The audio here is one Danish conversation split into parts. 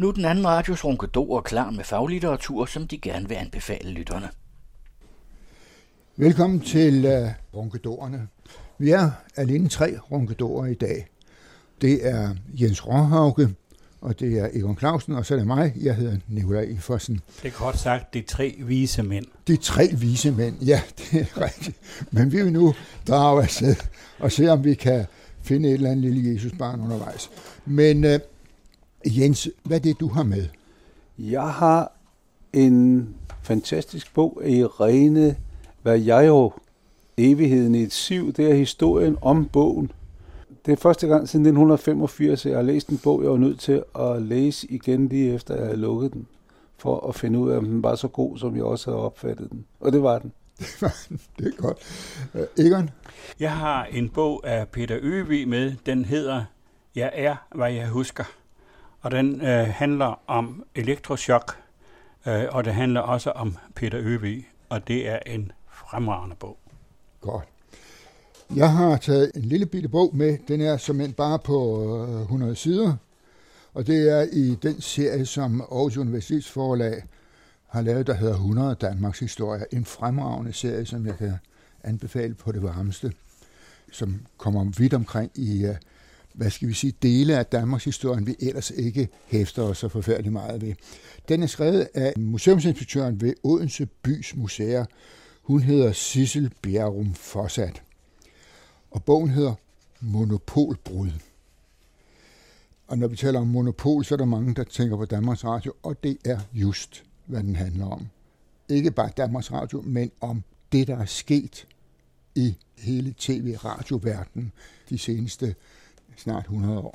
Nu er den anden radios ronkedorer klar med faglitteratur, som de gerne vil anbefale lytterne. Velkommen til ronkedorerne. Vi er alene 3 ronkedorer i dag. Det er Jens Råhauke, og det er Egon Clausen, og så er det mig. Jeg hedder Nikolaj Iversen. Det er kort sagt de 3 vise mænd. De 3 vise mænd, ja, det er rigtigt. Men vi vil nu drage afsted og se, om vi kan finde et eller andet lille Jesusbarn undervejs. Men Jens, hvad er det, du har med? Jeg har en fantastisk bog af Irene Vallejo, Evigheden i et siv. Det er historien om bogen. Det er første gang siden 1985, at jeg har læst en bog, jeg var nødt til at læse igen lige efter, jeg havde lukket den, for at finde ud af, om den var så god, som jeg også havde opfattet den. Og det var den. Det er godt. Egon? Jeg har en bog af Peter Øvig med. Den hedder Jeg er, hvad jeg husker. Og den handler om elektrochok, og det handler også om Peter Øvig. Og det er en fremragende bog. Godt. Jeg har taget en lille bitte bog med. Den er såmænd bare på 100 sider. Og det er i den serie, som Aarhus Universitetsforlag har lavet, der hedder 100 Danmarks Historie. En fremragende serie, som jeg kan anbefale på det varmeste, som kommer vidt omkring i, dele af Danmarks historien, vi ellers ikke hæfter os så forfærdeligt meget ved. Den er skrevet af museumsinspektøren ved Odense Bys Museer. Hun hedder Sissel Bjerrum Fossat. Og bogen hedder Monopolbrud. Og når vi taler om monopol, så er der mange, der tænker på Danmarks Radio, og det er just, hvad den handler om. Ikke bare Danmarks Radio, men om det, der er sket i hele tv-radioverdenen de seneste snart 100 år.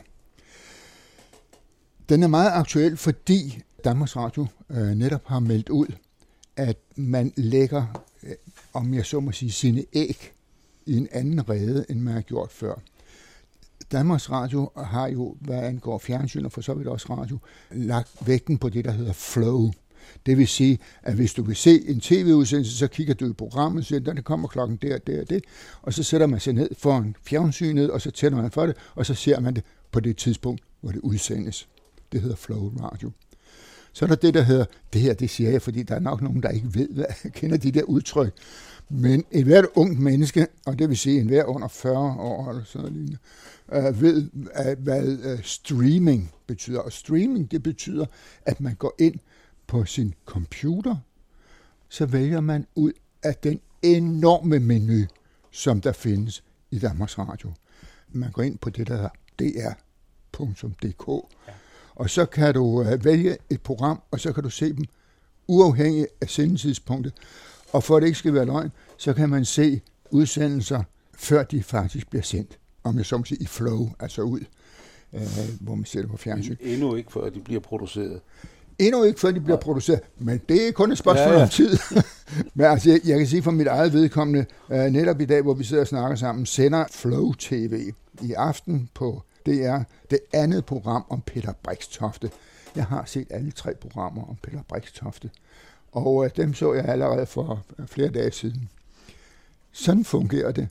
Den er meget aktuel, fordi Danmarks Radio netop har meldt ud, at man lægger, om jeg så må sige, sine æg i en anden rede, end man har gjort før. Danmarks Radio har jo, hvad angår fjernsyn og for så vidt også radio, lagt vægten på det, der hedder flow. Det vil sige, at hvis du vil se en tv-udsendelse, så kigger du i programmet og siger, at det kommer klokken der, og så sætter man sig ned foran fjernsynet, og så tænder man for det, og så ser man det på det tidspunkt, hvor det udsendes. Det hedder flow radio. Så er der det, der hedder, det her, det siger jeg, fordi der er nok nogen, der ikke ved, kender de der udtryk. Men et hvert ungt menneske, og det vil sige en hver under 40 år eller sådan lignende, ved, hvad streaming betyder. Og streaming, det betyder, at man går ind på sin computer, så vælger man ud af den enorme menu, som der findes i Danmarks Radio. Man går ind på det, der hedder dr.dk, og så kan du vælge et program, og så kan du se dem uafhængigt af sendetidspunktet. Og for at det ikke skal være løgn, så kan man se udsendelser, før de faktisk bliver sendt. Om jeg så må sige i flow, altså ud, hvor man ser det på fjernsyn. Endnu ikke, før de bliver produceret. Endnu ikke, før de bliver produceret, men det er kun et spørgsmål om tid. Men altså, jeg kan sige fra mit eget vedkommende, netop i dag, hvor vi sidder og snakker sammen, sender Flow TV i aften på DR det andet program om Peter Brixtofte. Jeg har set alle 3 programmer om Peter Brixtofte, og dem så jeg allerede for flere dage siden. Sådan fungerer det.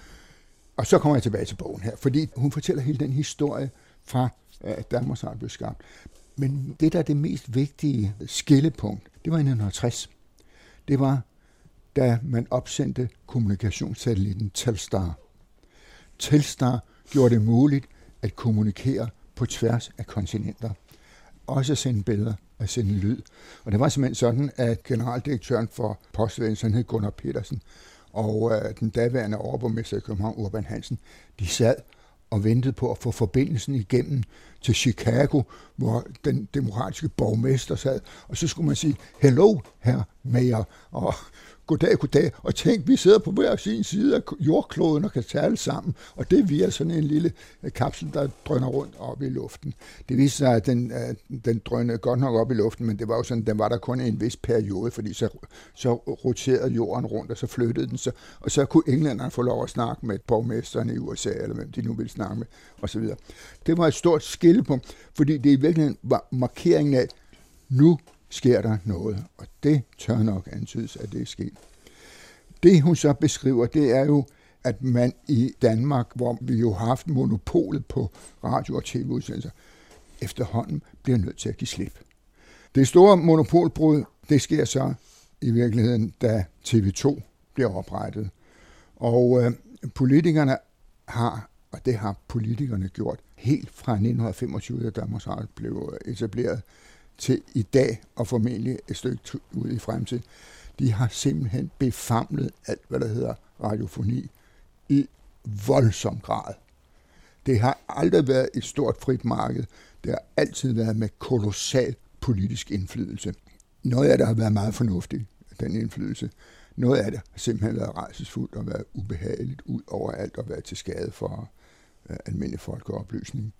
Og så kommer jeg tilbage til bogen her, fordi hun fortæller hele den historie fra Danmarks Radio blev skabt. Men det, der er det mest vigtige skillepunkt, det var i 1960. Det var, da man opsendte kommunikationssatellitten Telstar. Telstar gjorde det muligt at kommunikere på tværs af kontinenter. Også at sende billeder og sende lyd. Og det var simpelthen sådan, at generaldirektøren for postvæsenet hed Gunnar Petersen, og den daværende overborgmester i København, Urban Hansen, de sad og ventede på at få forbindelsen igennem til Chicago, hvor den demokratiske borgmester sad. Og så skulle man sige, hello, herr mayor, og goddag. Og tænk, vi sidder på hver sin side af jordkloden og kan tale sammen. Og det er via sådan en lille kapsel, der drøner rundt op i luften. Det viste sig, at den drønede godt nok op i luften, men det var jo sådan, den var der kun i en vis periode, fordi så roterede jorden rundt, og så flyttede den sig. Og så kunne englænderne få lov at snakke med borgmesteren i USA, eller hvem de nu ville snakke med, osv. Det var et stort skillepunkt, fordi det i virkeligheden var markeringen af, nu sker der noget, og det tør nok antydes, at det er sket. Det, hun så beskriver, det er jo, at man i Danmark, hvor vi jo har haft monopolet på radio- og tv-udsendelser, efterhånden bliver nødt til at give slip. Det store monopolbrud, det sker så i virkeligheden, da TV2 bliver oprettet. Og politikerne har, og det har politikerne gjort helt fra 1925, da Danmarks Radio blev etableret, til i dag og formentlig et stykke ud i fremtiden, de har simpelthen befamlet alt, hvad der hedder radiofoni, i voldsom grad. Det har aldrig været et stort frit marked. Det har altid været med kolossal politisk indflydelse. Noget af det har været meget fornuftigt, den indflydelse. Noget af det har simpelthen været rædselsfuldt og været ubehageligt ud over alt og været til skade for almindelig folkeoplysning.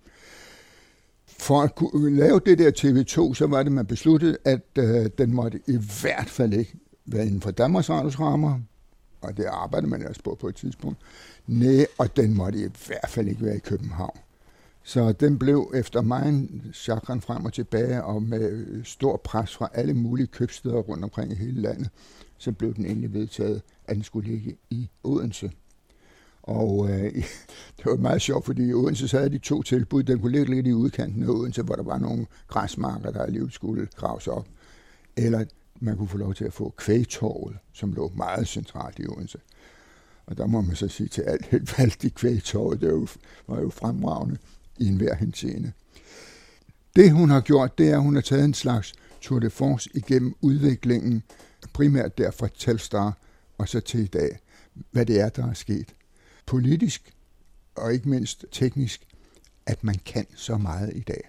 For at kunne lave det der TV2, så var det, man besluttede, at den måtte i hvert fald ikke være inden for Danmarks Radios rammer, og det arbejdede man ellers på et tidspunkt. Nej, og den måtte i hvert fald ikke være i København. Så den blev efter megen chakren frem og tilbage, og med stor pres fra alle mulige købsteder rundt omkring i hele landet, så blev den endelig vedtaget, at den skulle ligge i Odense. Og det var meget sjovt, fordi i Odense så havde de 2 tilbud. Den kunne ligge lidt i udkanten af Odense, hvor der var nogle græsmarker, der alligevel skulle graves op. Eller man kunne få lov til at få Kvægtorvet, som lå meget centralt i Odense. Og der må man så sige til alt helt valgt i Kvægtorvet, det var jo fremragende i enhver henseende. Det hun har gjort, det er, at hun har taget en slags tour de force igennem udviklingen, primært der fra Telstar og så til i dag, hvad det er, der er sket. Politisk og ikke mindst teknisk, at man kan så meget i dag.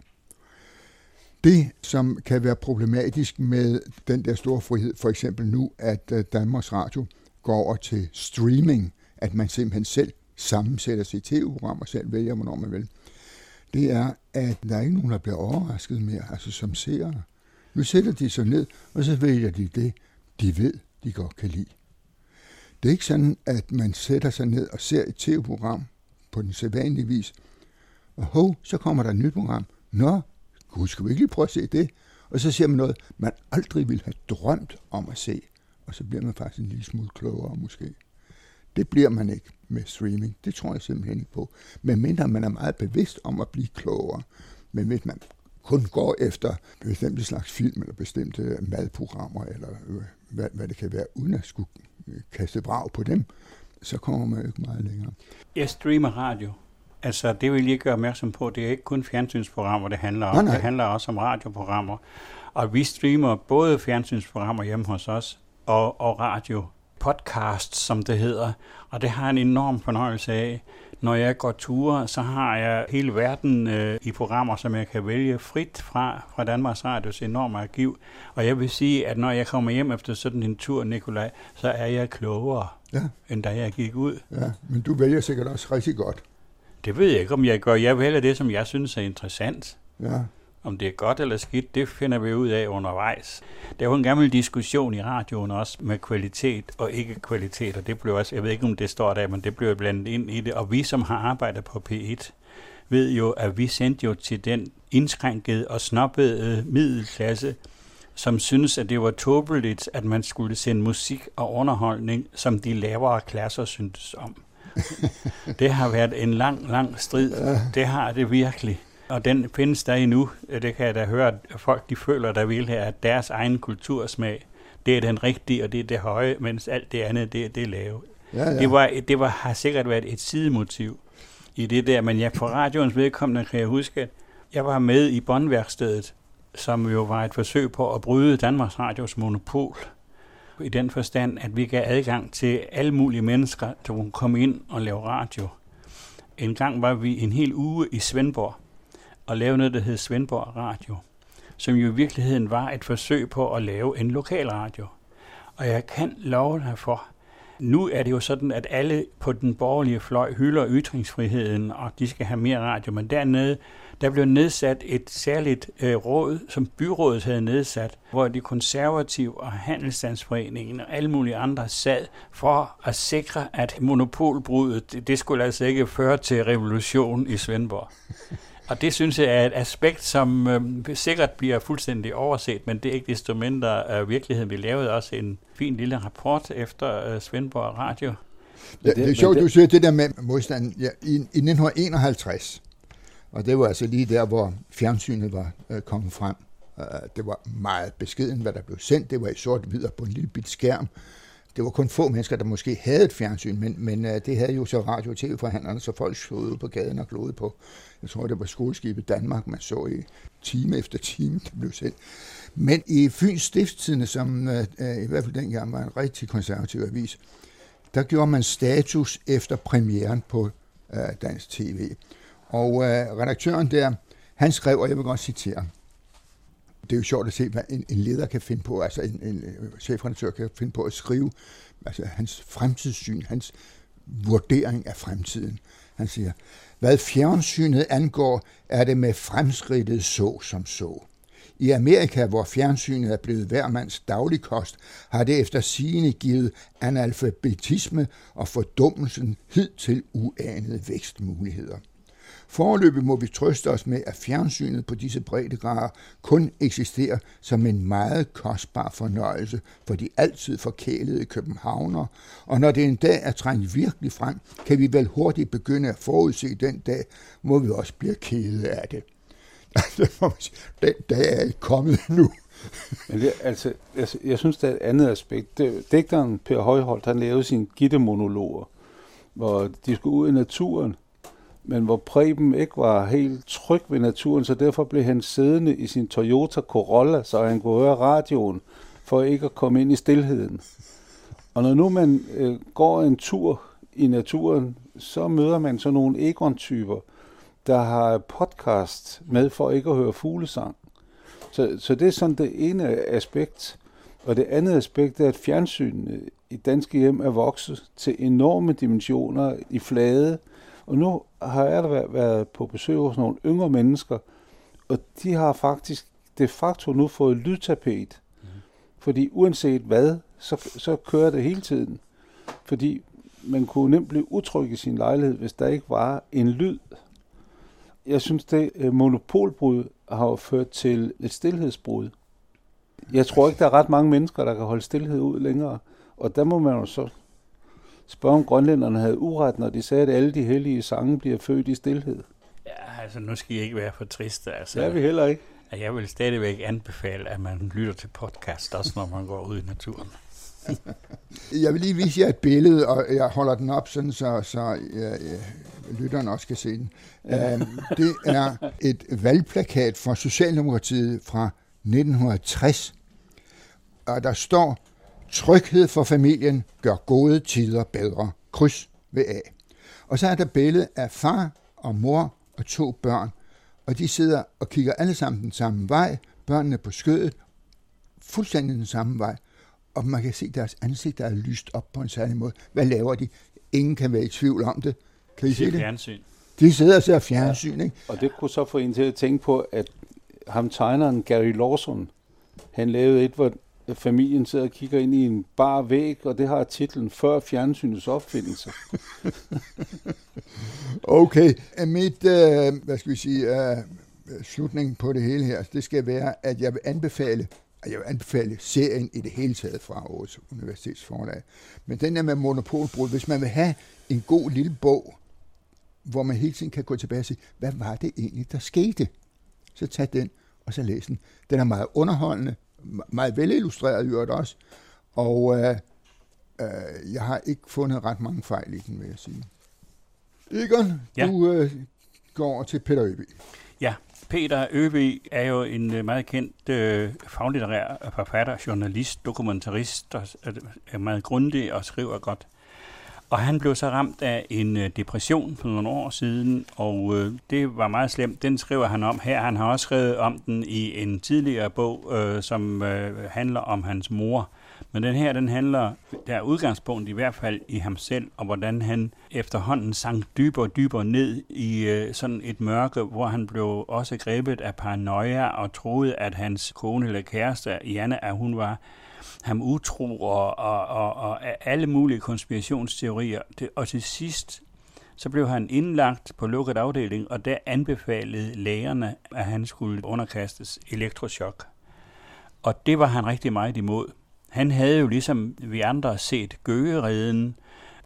Det, som kan være problematisk med den der store frihed, for eksempel nu, at Danmarks Radio går over til streaming, at man simpelthen selv sammensætter sit tv-program og selv vælger, hvornår man vil, det er, at der er ikke nogen, der bliver overrasket mere, altså som seere. Nu sætter de sig ned, og så vælger de det, de ved, de godt kan lide. Det er ikke sådan, at man sætter sig ned og ser et tv-program på den sædvanlige vis, og så kommer der et nyt program. Nå, gud, skal vi ikke lige prøve at se det? Og så ser man noget, man aldrig ville have drømt om at se, og så bliver man faktisk en lille smule klogere måske. Det bliver man ikke med streaming, det tror jeg simpelthen ikke på. Men mindre man er meget bevidst om at blive klogere. Men hvis man kun går efter bestemte slags film, eller bestemte madprogrammer, eller hvad det kan være, uden at skulle kaste brag på dem, så kommer man jo ikke meget længere. Jeg streamer radio. Altså, det vil jeg gøre opmærksom på. Det er ikke kun fjernsynsprogrammer, det handler om. Nej. Det handler også om radioprogrammer. Og vi streamer både fjernsynsprogrammer hjemme hos os, og radio podcast, som det hedder. Og det har en enorm fornøjelse af. Når jeg går ture, så har jeg hele verden i programmer, som jeg kan vælge frit fra Danmarks Radios enorme arkiv. Og jeg vil sige, at når jeg kommer hjem efter sådan en tur, Nikolaj, så er jeg klogere, end da jeg gik ud. Ja, men du vælger sikkert også rigtig godt. Det ved jeg ikke, om jeg gør. Jeg vælger det, som jeg synes er interessant. Ja. Om det er godt eller skidt, det finder vi ud af undervejs. Der er jo en gammel diskussion i radioen også med kvalitet og ikke kvalitet, og det blev også, jeg ved ikke, om det står der, men det blev blandet ind i det. Og vi, som har arbejdet på P1, ved jo, at vi sendte jo til den indskrænkede og snobbede middelklasse, som synes, at det var tåbeligt, at man skulle sende musik og underholdning, som de lavere klasser syntes om. Det har været en lang strid. Det har det virkelig. Og den findes der endnu. Det kan jeg da høre, at folk de føler, der vil have, at deres egen kultursmag, det er den rigtige, og det er det høje, mens alt det andet, det er lave. Ja. Det har sikkert været et sidemotiv i det der, men på radioens vedkommende kan jeg huske, at jeg var med i båndværkstedet, som jo var et forsøg på at bryde Danmarks Radios monopol. I den forstand, at vi gav adgang til alle mulige mennesker, der kunne komme ind og lave radio. En gang var vi en hel uge i Svendborg og lavede noget, der hed Svendborg Radio, som jo i virkeligheden var et forsøg på at lave en lokal radio. Og jeg kan love dig for, nu er det jo sådan, at alle på den borgerlige fløj hylder ytringsfriheden, og de skal have mere radio, men dernede, der blev nedsat et særligt råd, som byrådet havde nedsat, hvor de konservative og Handelsstandsforeningen og alle mulige andre sad for at sikre, at monopolbruddet, det skulle altså ikke føre til revolution i Svendborg. Og det synes jeg er et aspekt, som sikkert bliver fuldstændig overset, men det er ikke desto mindre virkeligheden. Vi lavede også en fin lille rapport efter Svendborg Radio. Ja, det er sjovt, du siger det der med modstanden. Ja, i 1951, Og det var altså lige der, hvor fjernsynet var kommet frem. Det var meget beskeden, hvad der blev sendt. Det var i sort-hvid på en lille bit skærm. Det var kun få mennesker, der måske havde et fjernsyn, men det havde jo så radio- og tv-forhandlerne, så folk stod ude på gaden og glodede på. Jeg tror, det var skoleskibet Danmark, man så i time efter time, det blev sendt. Men i Fyns Stiftstidende, som i hvert fald dengang var en rigtig konservativ avis, der gjorde man status efter premieren på dansk tv. Og redaktøren der, han skrev, og jeg vil godt citere, det er jo sjovt at se, hvad en leder kan finde på, altså en chefredaktør kan finde på at skrive, altså hans fremtidssyn, hans vurdering af fremtiden. Han siger, hvad fjernsynet angår, er det med fremskridtet så som så. I Amerika, hvor fjernsynet er blevet hver mands dagligkost, har det efter sigende givet analfabetisme og fordummelsen hidtil uanede vækstmuligheder. Foreløbig må vi trøste os med, at fjernsynet på disse breddegrader kun eksisterer som en meget kostbar fornøjelse for de altid forkælede københavnere, og når det en dag er trængt virkelig frem, kan vi vel hurtigt begynde at forudse den dag, hvor vi også bliver kede af det. Den dag er ikke kommet nu. Men det, altså, jeg synes, der er et andet aspekt. Digteren Per Højholt, han lavede sine gittemonologer, hvor de skulle ud i naturen, men hvor Preben ikke var helt tryg ved naturen, så derfor blev han siddende i sin Toyota Corolla, så han kunne høre radioen, for ikke at komme ind i stilheden. Og når nu man går en tur i naturen, så møder man sådan nogle Egon-typer, der har podcast med for ikke at høre fuglesang. Så det er sådan det ene aspekt. Og det andet aspekt er, at fjernsyn i danske hjem er vokset til enorme dimensioner i flade. Og nu har jeg været på besøg hos nogle yngre mennesker, og de har faktisk de facto nu fået lydtapet. Fordi uanset hvad, så kører det hele tiden. Fordi man kunne nemt blive utryg i sin lejlighed, hvis der ikke var en lyd. Jeg synes, det monopolbrud har jo ført til et stilhedsbrud. Jeg tror ikke, der er ret mange mennesker, der kan holde stilhed ud længere. Og der må man jo så spørge, om grønlænderne havde uret, når de sagde, at alle de hellige sange bliver født i stilhed. Ja, altså nu skal I ikke være for triste. Altså, det er vi heller ikke. Jeg vil stadigvæk anbefale, at man lytter til podcast, også når man går ud i naturen. Jeg vil lige vise jer et billede, og jeg holder den op, sådan, så lytteren også kan se den. Det er et valgplakat fra Socialdemokratiet fra 1960, og der står, tryghed for familien gør gode tider bedre. Kryds ved A. Og så er der billede af far og mor og 2 børn, og de sidder og kigger alle sammen den samme vej, børnene på skødet, fuldstændig den samme vej, og man kan se deres ansigter er lyst op på en særlig måde. Hvad laver de? Ingen kan være i tvivl om det. Kan I se det? Fjernsyn. De sidder og ser fjernsyn, ikke? Og det kunne så få en til at tænke på, at ham tegneren Gary Lawson, han lavede et, hvor familien sidder og kigger ind i en bar væg, og det har titlen Før fjernsynets opfindelse. Okay. Mit, slutningen på det hele her, det skal være, at jeg vil anbefale serien i det hele taget fra Aarhus Universitetsforlag. Men den der med monopolbrud, hvis man vil have en god lille bog, hvor man hele tiden kan gå tilbage og sige, hvad var det egentlig, der skete? Så tag den, og så læs den. Den er meget underholdende, meget velillustreret i øvrigt også, og jeg har ikke fundet ret mange fejl i den, vil jeg sige. Egon, ja. Du går over til Peter Øby. Ja, Peter Øby er jo en meget kendt faglitterær forfatter, journalist, dokumentarist, og er meget grundig og skriver godt. Og han blev så ramt af en depression for nogle år siden, og det var meget slemt. Den skriver han om her. Han har også skrevet om den i en tidligere bog, som handler om hans mor. Men den her, den handler, der er udgangspunkt i hvert fald i ham selv, og hvordan han efterhånden sank dybere og dybere ned i sådan et mørke, hvor han blev også grebet af paranoia og troede, at hans kone eller kæreste, Janne, at hun var ham utro og alle mulige konspirationsteorier. Og til sidst, så blev han indlagt på lukket afdeling, og der anbefalede lægerne, at han skulle underkastes elektrochok. Og det var han rigtig meget imod. Han havde jo ligesom vi andre set Gøgereden,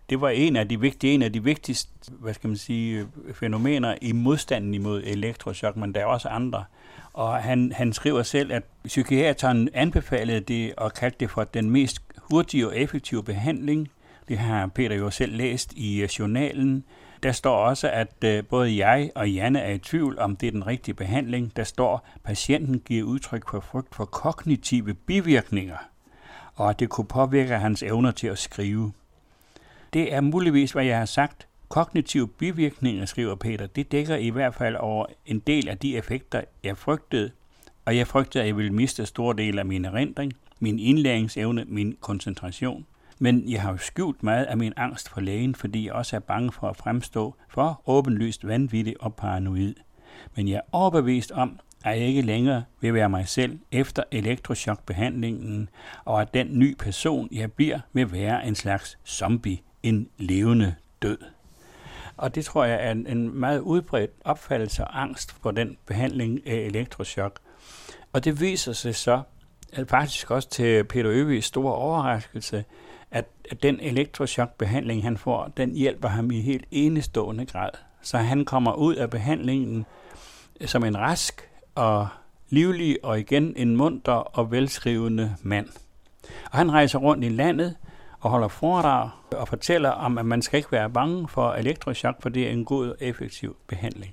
det var en af de vigtigste, fænomener i modstanden imod elektrochok, men der er også andre. Og han skriver selv, at psykiateren anbefalede det og kaldte det for den mest hurtige og effektive behandling. Det har Peter jo selv læst i journalen. Der står også, at både jeg og Janne er i tvivl om, det er den rigtige behandling. Der står, patienten giver udtryk for frygt for kognitive bivirkninger, og at det kunne påvirke hans evner til at skrive. Det er muligvis, hvad jeg har sagt. Kognitive bivirkninger, skriver Peter, det dækker i hvert fald over en del af de effekter, jeg frygtede. Og jeg frygtede, at jeg ville miste store dele af min erindring, min indlæringsevne, min koncentration. Men jeg har jo skjult meget af min angst for lægen, fordi jeg også er bange for at fremstå for åbenlyst vanvittig og paranoid. Men jeg er overbevist om, at jeg ikke længere vil være mig selv efter elektrochokbehandlingen, og at den nye person, jeg bliver, vil være en slags zombie, en levende død. Og det tror jeg er en meget udbredt opfattelse og angst for den behandling af elektrochok. Og det viser sig så, at faktisk også til Peter Øvigs store overraskelse, at den elektrochokbehandling, han får, den hjælper ham i helt enestående grad. Så han kommer ud af behandlingen som en rask og livlig og igen en munter og velskrivende mand. Og han rejser rundt i landet og holder foredrag og fortæller om, at man skal ikke være bange for elektrochok, for det er en god og effektiv behandling.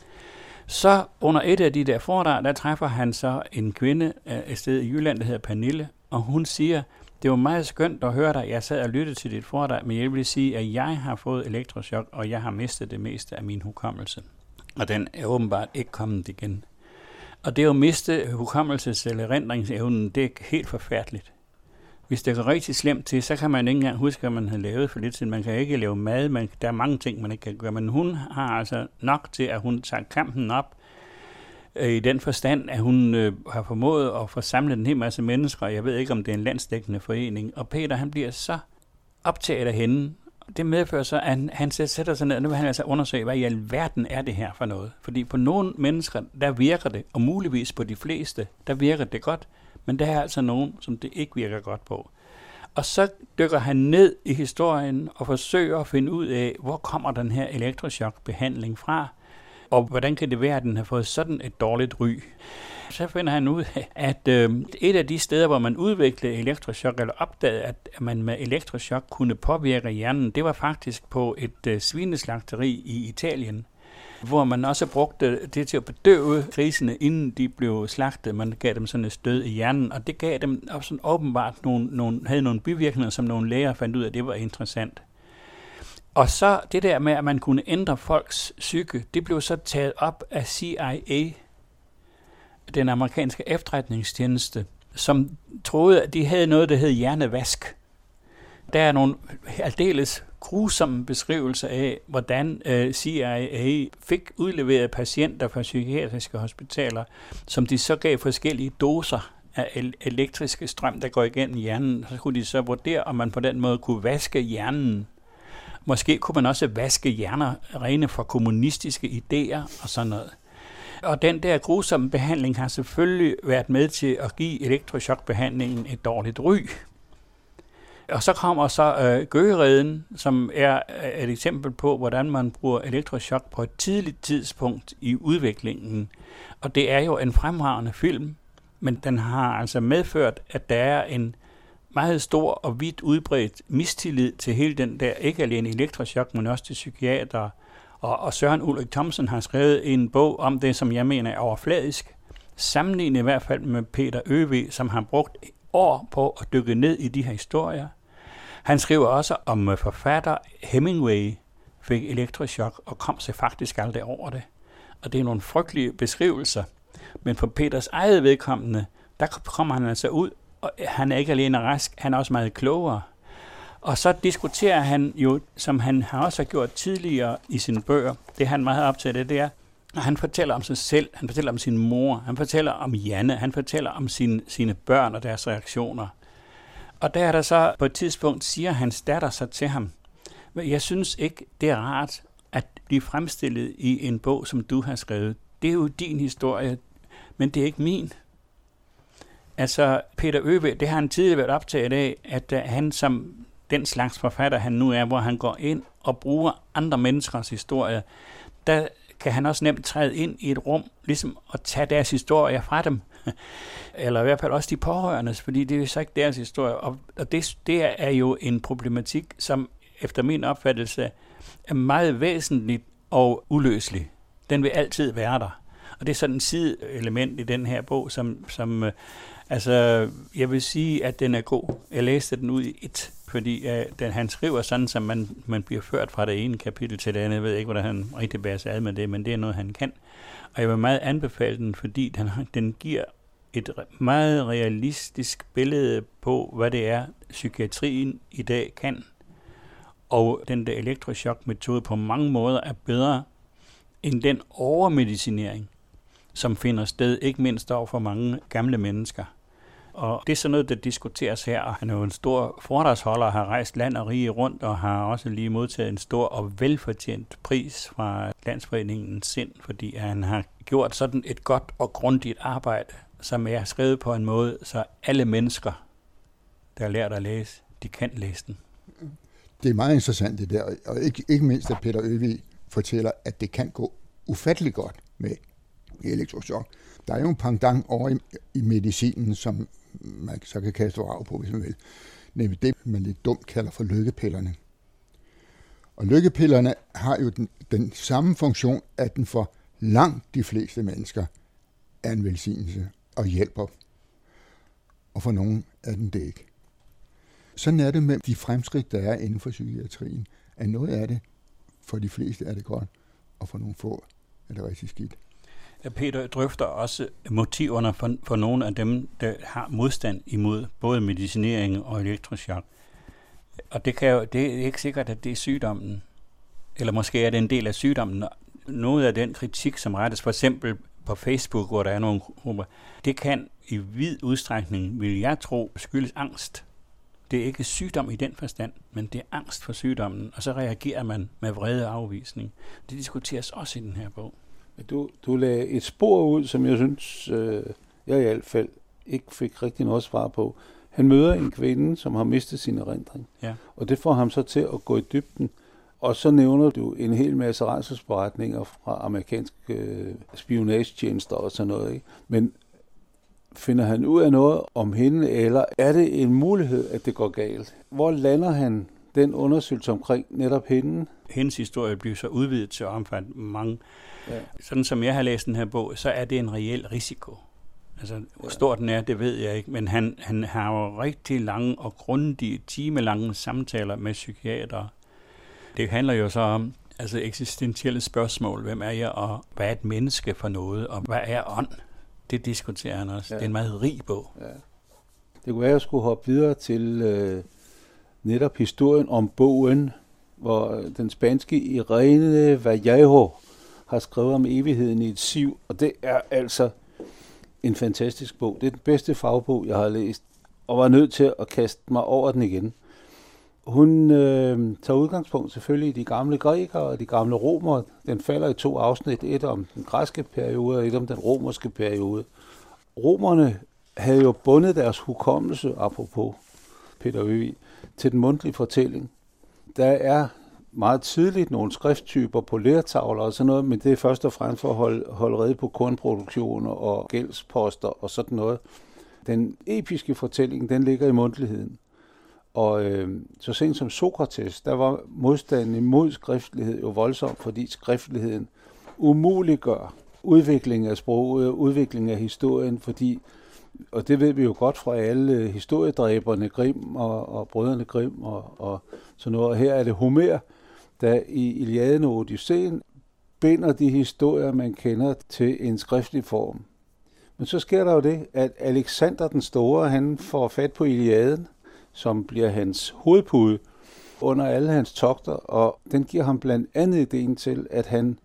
Så under et af de der foredrag, der træffer han så en kvinde et sted i Jylland, der hedder Pernille, og hun siger, det var meget skønt at høre dig, jeg sad og lyttede til dit foredrag, men jeg vil sige, at jeg har fået elektrochok, og jeg har mistet det meste af min hukommelse. Og den er åbenbart ikke kommet igen. Og det at miste hukommelses- eller erindringsevnen, det er helt forfærdeligt. Hvis det går rigtig slemt til, så kan man ikke engang huske, hvad man har lavet for lidt siden. Man kan ikke lave mad, der er mange ting, man ikke kan gøre. Men hun har altså nok til, at hun tager kampen op i den forstand, at hun har formået at få samlet en hel masse mennesker. Jeg ved ikke, om det er en landsdækkende forening. Og Peter, han bliver så optaget af hende. Det medfører så, at han sætter sig ned, og nu vil han altså undersøge, hvad i alverden er det her for noget. Fordi på nogle mennesker, der virker det, og muligvis på de fleste, der virker det godt. Men der er altså nogen, som det ikke virker godt på. Og så dykker han ned i historien og forsøger at finde ud af, hvor kommer den her elektrochokbehandling fra, og hvordan kan det være, at den har fået sådan et dårligt ry. Så finder han ud af, at et af de steder, hvor man udviklede elektrochok, eller opdagede, at man med elektrochok kunne påvirke hjernen, det var faktisk på et svineslagteri i Italien, hvor man også brugte det til at bedøve grisene, inden de blev slagtet. Man gav dem sådan et stød i hjernen, og det gav dem også sådan åbenbart havde nogle bivirkninger, som nogle læger fandt ud af, at det var interessant. Og så det der med, at man kunne ændre folks psyke, det blev så taget op af CIA, den amerikanske efterretningstjeneste, som troede, at de havde noget, der hed hjernevask. Der er nogle aldeles grusomme beskrivelser af, hvordan CIA fik udleveret patienter fra psykiatriske hospitaler, som de så gav forskellige doser af elektriske strøm, der går igennem hjernen. Så kunne de så vurdere, om man på den måde kunne vaske hjernen. Måske kunne man også vaske hjerner rene for kommunistiske idéer og sådan noget. Og den der grusomme behandling har selvfølgelig været med til at give elektrochokbehandlingen et dårligt ry. Og så kommer så Gøgereden, som er et eksempel på, hvordan man bruger elektrochok på et tidligt tidspunkt i udviklingen. Og det er jo en fremragende film, men den har altså medført, at der er en meget stor og vidt udbredt mistillid til hele den der, ikke alene elektrochok, men også til psykiatere. Og Søren Ulrik Thomsen har skrevet en bog om det, som jeg mener er overfladisk, sammenlignet i hvert fald med Peter Øvig, som har brugt år på at dykke ned i de her historier. Han skriver også om forfatter Hemingway fik elektrochok og kom sig faktisk aldrig over det. Og det er nogle frygtelige beskrivelser. Men for Peters eget vedkommende, der kommer han altså ud, og han er ikke alene rask, han er også meget klogere. Og så diskuterer han jo, som han har også gjort tidligere i sine bøger, det han meget optaget af, det er, at han fortæller om sig selv, han fortæller om sin mor, han fortæller om Janne, han fortæller om sine børn og deres reaktioner. Og der er der så på et tidspunkt, siger hans datter så til ham, jeg synes ikke, det er rart at blive fremstillet i en bog, som du har skrevet. Det er jo din historie, men det er ikke min. Altså, Peter Øvig, det har han tidligere været optaget af, at han som den slags forfatter, han nu er, hvor han går ind og bruger andre menneskers historie, der kan han også nemt træde ind i et rum, ligesom at tage deres historie fra dem. Eller i hvert fald også de pårørendes, fordi det er jo så ikke deres historie. Og det er jo en problematik, som efter min opfattelse er meget væsentligt og uløselig. Den vil altid være der. Og det er sådan et sideelement i den her bog, som altså, jeg vil sige, at den er god. Jeg læste den ud i et, fordi han skriver sådan, som man bliver ført fra det ene kapitel til det andet. Jeg ved ikke, hvordan han rigtig bærer sig ad med det, men det er noget, han kan. Og jeg vil meget anbefale den, fordi den giver et meget realistisk billede på, hvad det er, psykiatrien i dag kan. Og den der elektrochok-metode på mange måder er bedre end den overmedicinering, som finder sted, ikke mindst over for mange gamle mennesker. Og det er sådan noget, der diskuteres her, og han er jo en stor foredragsholder, har rejst land og rige rundt, og har også lige modtaget en stor og velfortjent pris fra Landsforeningen Sind, fordi han har gjort sådan et godt og grundigt arbejde, som er skrevet på en måde, så alle mennesker, der har lært at læse, de kan læse den. Det er meget interessant det der, og ikke mindst, at Peter Øvig fortæller, at det kan gå ufattelig godt med elektrochok. Der er jo en pendant over i medicinen, som man så kan kaste rav på, hvis man vil. Nemlig det, man lidt dumt kalder for lykkepillerne. Og lykkepillerne har jo den samme funktion, at den for langt de fleste mennesker er en velsignelse og hjælper. Og for nogen er den det ikke. Sådan er det med de fremskridt, der er inden for psykiatrien. At noget af det, for de fleste er det godt, og for nogle få er det rigtig skidt. Peter drøfter også motiverne for nogle af dem, der har modstand imod både medicinering og elektrochok. Og det er ikke sikkert, at det er sygdommen. Eller måske er det en del af sygdommen. Noget af den kritik, som rettes for eksempel på Facebook, hvor der er nogle grupper, det kan i vid udstrækning, vil jeg tro, skyldes angst. Det er ikke sygdom i den forstand, men det er angst for sygdommen, og så reagerer man med vrede afvisning. Det diskuteres også i den her bog. Du lagde et spor ud, som jeg synes, jeg i hvert fald ikke fik rigtig noget svar på. Han møder en kvinde, som har mistet sin erindring, ja. Og det får ham så til at gå i dybden. Og så nævner du en hel masse rædselsberetninger fra amerikanske spionagetjenester og sådan noget, ikke? Men finder han ud af noget om hende, eller er det en mulighed, at det går galt? Hvor lander han den undersøgelse omkring netop hende? Hendes historie bliver så udvidet til at omfatte mange. Ja. Sådan som jeg har læst den her bog, så er det en reel risiko. Altså, hvor stor den er, det ved jeg ikke, men han har jo rigtig lange og grundige, timelange samtaler med psykiatere. Det handler jo så om eksistentielle spørgsmål. Hvem er jeg, og hvad er et menneske for noget, og hvad er ånd? Det diskuterer han også. Ja. Det er en meget rig bog. Ja. Det kunne være, at jeg skulle hoppe videre til netop historien om bogen, hvor den spanske Irene Vallejo har skrevet om evigheden i et siv, og det er altså en fantastisk bog. Det er den bedste fagbog, jeg har læst, og var nødt til at kaste mig over den igen. Hun tager udgangspunkt selvfølgelig i de gamle grækere og de gamle romere. Den falder i 2 afsnit, et om den græske periode og et om den romerske periode. Romerne havde jo bundet deres hukommelse, apropos Peter Øvig, til den mundtlige fortælling. Der er meget tidligt nogle skrifttyper på lertavler og sådan noget, men det er først og fremmest for at holde rede på kornproduktioner og gældsposter og sådan noget. Den episke fortælling, den ligger i mundtligheden. Og så sent som Sokrates, der var modstanden imod skriftlighed jo voldsom, fordi skriftligheden umuliggør udvikling af sproget, udvikling af historien, fordi, og det ved vi jo godt fra alle historiedræberne, Grimm og brødrene Grimm og sådan noget. Og her er det Homer, der i Iliaden og Odysseen binder de historier, man kender, til en skriftlig form. Men så sker der jo det, at Alexander den Store, han får fat på Iliaden, som bliver hans hovedpude under alle hans togter, og den giver ham blandt andet ideen til, at han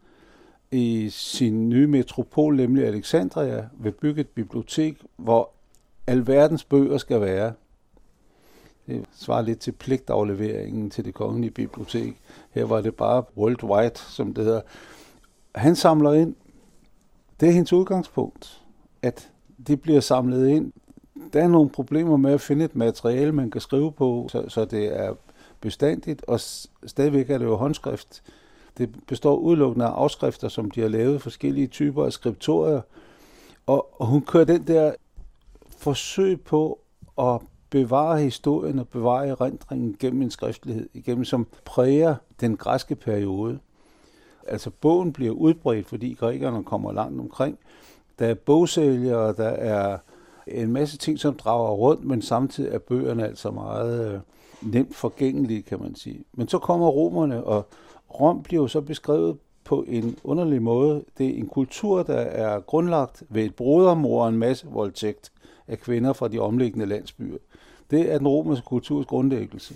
i sin nye metropol, nemlig Alexandria, vil bygge et bibliotek, hvor alverdens bøger skal være. Det svarer lidt til pligtafleveringen til det kongelige bibliotek. Her var det bare worldwide, som det hedder. Han samler ind. Det er hendes udgangspunkt, at det bliver samlet ind. Der er nogle problemer med at finde et materiale, man kan skrive på, så det er bestandigt, og stadigvæk er det jo håndskrift. Det består udelukkende af afskrifter, som de har lavet, forskellige typer af skriptorier. Og hun kører den der forsøg på at bevare historien og bevare erindringen gennem en skriftlighed, igennem som præger den græske periode. Altså bogen bliver udbredt, fordi grækerne kommer langt omkring. Der er bogsælgere, der er en masse ting, som drager rundt, men samtidig er bøgerne altså meget nemt forgængelige, kan man sige. Men så kommer romerne, og Rom bliver jo så beskrevet på en underlig måde. Det er en kultur, der er grundlagt ved et brodermord og en masse voldtægt af kvinder fra de omliggende landsbyer. Det er den romerske kulturs grundlæggelse.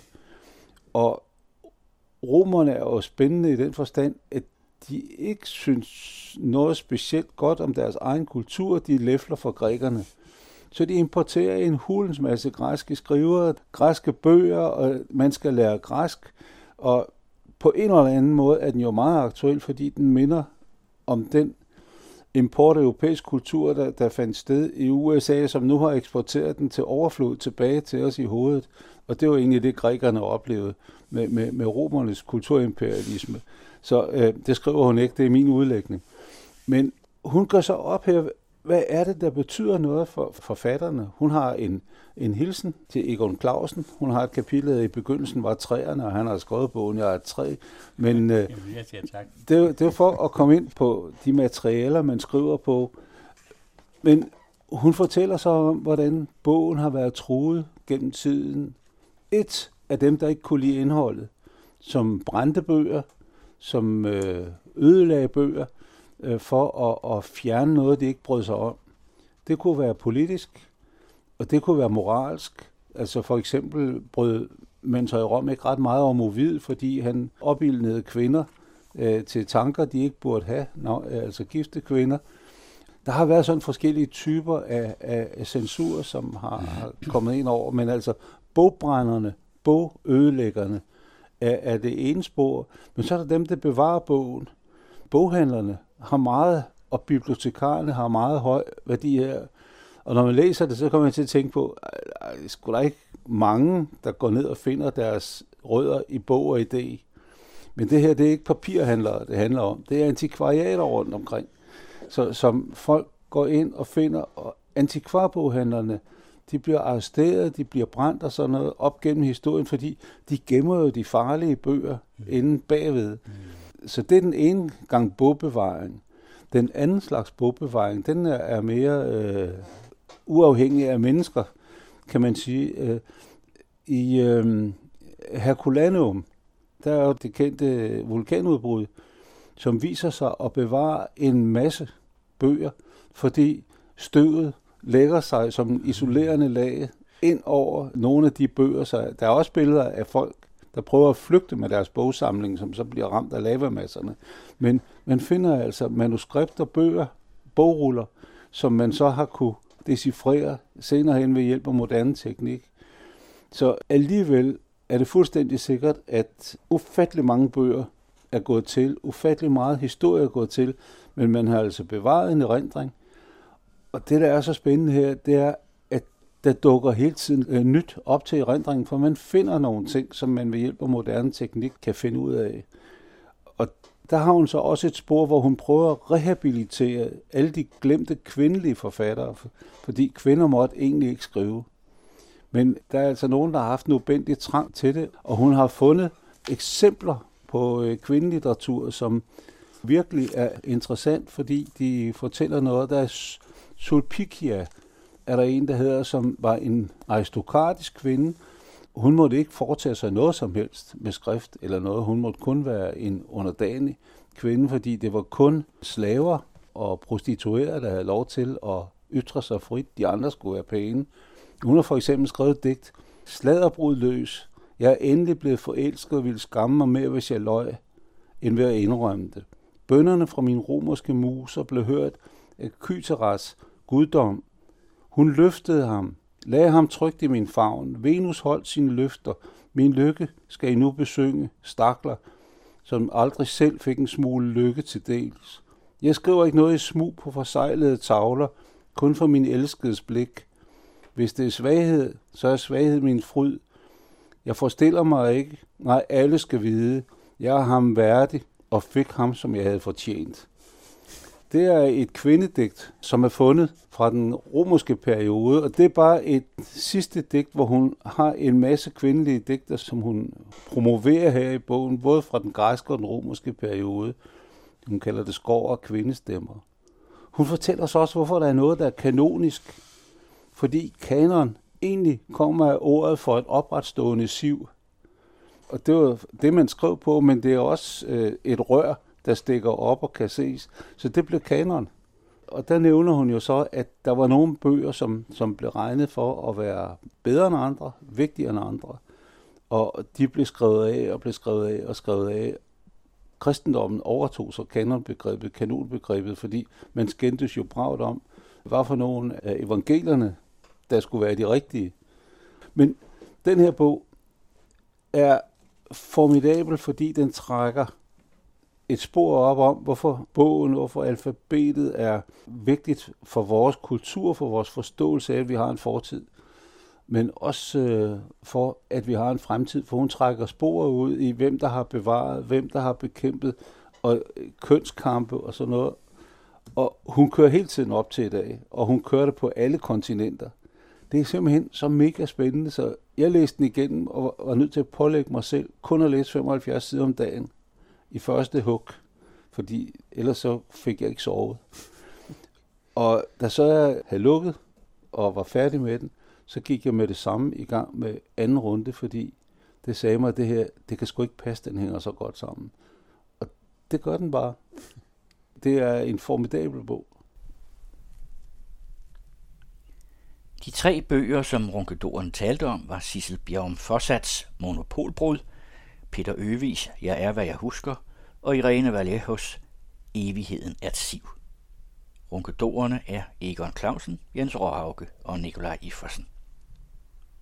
Og romerne er jo spændende i den forstand, at de ikke synes noget specielt godt om deres egen kultur. De læfler for grækerne. Så de importerer en hulens masse græske skrivere, græske bøger, og man skal lære græsk. Og på en eller anden måde er den jo meget aktuel, fordi den minder om den import af europæisk kultur, der fandt sted i USA, som nu har eksporteret den til overflod tilbage til os i hovedet. Og det var egentlig det, grækerne oplevede med romernes kulturimperialisme. Så det skriver hun ikke, det er min udlægning. Men hun gør så op her, hvad er det, der betyder noget for forfatterne? Hun har en hilsen til Egon Clausen. Hun har et kapitel, der i begyndelsen var træerne, og han har skrevet bogen, jeg er et træ. Men Jeg siger tak. det er for at komme ind på de materialer, man skriver på. Men hun fortæller så om, hvordan bogen har været truet gennem tiden. Et af dem, der ikke kunne lide indholdet, som brændte bøger, som ødelagde bøger, for at fjerne noget, de ikke brød sig om. Det kunne være politisk, og det kunne være moralsk. Altså for eksempel brød man sig i Rom ikke ret meget om Ovid, fordi han opildnede kvinder til tanker, de ikke burde have, altså gifte kvinder. Der har været sådan forskellige typer af censur, som har kommet ind over, men altså bogbrænderne, bogødelæggerne er det ene spor, men så er der dem, der bevarer bogen. Boghandlerne har meget, og bibliotekarerne har meget høj værdi her. Og når man læser det, så kommer man til at tænke på, sgu der ikke mange, der går ned og finder deres rødder i bog og idé. Men det her, det er ikke papirhandlere, det handler om. Det er antikvariater rundt omkring, som folk går ind og finder. Og antikvarboghandlerne, de bliver arresteret, de bliver brændt og sådan noget op gennem historien, fordi de gemmer jo de farlige bøger inde bagved. Så det er den ene gang bogbevaring. Den anden slags bogbevaring, den er mere uafhængig af mennesker, kan man sige. I Herculaneum, der er jo det kendte vulkanudbrud, som viser sig at bevare en masse bøger, fordi støvet lægger sig som en isolerende lag ind over nogle af de bøger. Så der er også billeder af folk, der prøver at flygte med deres bogsamling, som så bliver ramt af lavamasserne. Men man finder altså manuskripter, bøger, bogruller, som man så har kunne decifrere senere hen ved hjælp af moderne teknik. Så alligevel er det fuldstændig sikkert, at ufattelig mange bøger er gået til, ufattelig meget historie er gået til, men man har altså bevaret en erindring. Og det, der er så spændende her, det er, at der dukker hele tiden nyt op til erindringen, for man finder nogle ting, som man ved hjælp af moderne teknik kan finde ud af. Og der har hun så også et spor, hvor hun prøver at rehabilitere alle de glemte kvindelige forfattere, fordi kvinder måtte egentlig ikke skrive. Men der er altså nogen, der har haft en ubændig trang til det, og hun har fundet eksempler på kvindelitteratur, som virkelig er interessant, fordi de fortæller noget. Der er Sulpicia, er der en, der hedder, som var en aristokratisk kvinde. Hun måtte ikke foretage sig noget som helst med skrift eller noget. Hun måtte kun være en underdanig kvinde, fordi det var kun slaver og prostituerede, der havde lov til at ytre sig frit. De andre skulle være pæne. Hun har for eksempel skrevet et digt. Sladderbrud løs. Jeg er endelig blevet forelsket og ville skamme mig mere, hvis jeg løg, end ved at indrømme det. Bønnerne fra min romerske muser blev hørt af Kyteras guddom. Hun løftede ham, lagde ham trygt i min favn. Venus holdt sine løfter. Min lykke skal I nu besynge, stakler, som aldrig selv fik en smule lykke til dels. Jeg skriver ikke noget i smug på forsejlede tavler, kun for min elskedes blik. Hvis det er svaghed, så er svaghed min fryd. Jeg forestiller mig ikke, nej, alle skal vide, jeg er ham værdig og fik ham, som jeg havde fortjent. Det er et kvindedigt, som er fundet fra den romerske periode, og det er bare et sidste digt, hvor hun har en masse kvindelige digter, som hun promoverer her i bogen, både fra den græske og den romerske periode. Hun kalder det skår og kvindestemmer. Hun fortæller os også, hvorfor der er noget, der er kanonisk, fordi kanon egentlig kommer af ordet for et opretstående siv. Og det var det, man skrev på, men det er også et rør, der stikker op og kan ses. Så det blev kanon. Og der nævner hun jo så, at der var nogle bøger, som blev regnet for at være bedre end andre, vigtigere end andre. Og de blev skrevet af og blev skrevet af og skrevet af. Kristendommen overtog så kanonbegrebet, kanonbegrebet, fordi man skændtes jo bragt om, hvad for nogle af evangelierne, der skulle være de rigtige. Men den her bog er formidabel, fordi den trækker et spor op om, hvorfor bogen, hvorfor alfabetet er vigtigt for vores kultur, for vores forståelse af, at vi har en fortid, men også for, at vi har en fremtid, for hun trækker spor ud i, hvem der har bevaret, hvem der har bekæmpet, og kønskampe og sådan noget. Og hun kører hele tiden op til i dag, og hun kører det på alle kontinenter. Det er simpelthen så mega spændende, så jeg læste den igennem og var nødt til at pålægge mig selv kun at læse 75 sider om dagen i første hug, fordi ellers så fik jeg ikke sovet. Og da så jeg havde lukket og var færdig med den, så gik jeg med det samme i gang med anden runde, fordi det sagde mig, at det her, det kan sgu ikke passe, den hænger så godt sammen. Og det gør den bare. Det er en formidabel bog. De 3 bøger, som Ronkedoren talte om, var Sissel Bjerrum Fossats Monopolbrud, Peter Øvigs Jeg er, hvad jeg husker, og Irene Vallejos Evigheden er et siv. Ronkedorerne er Egon Clausen, Jens Råhauke og Nikolaj Iversen.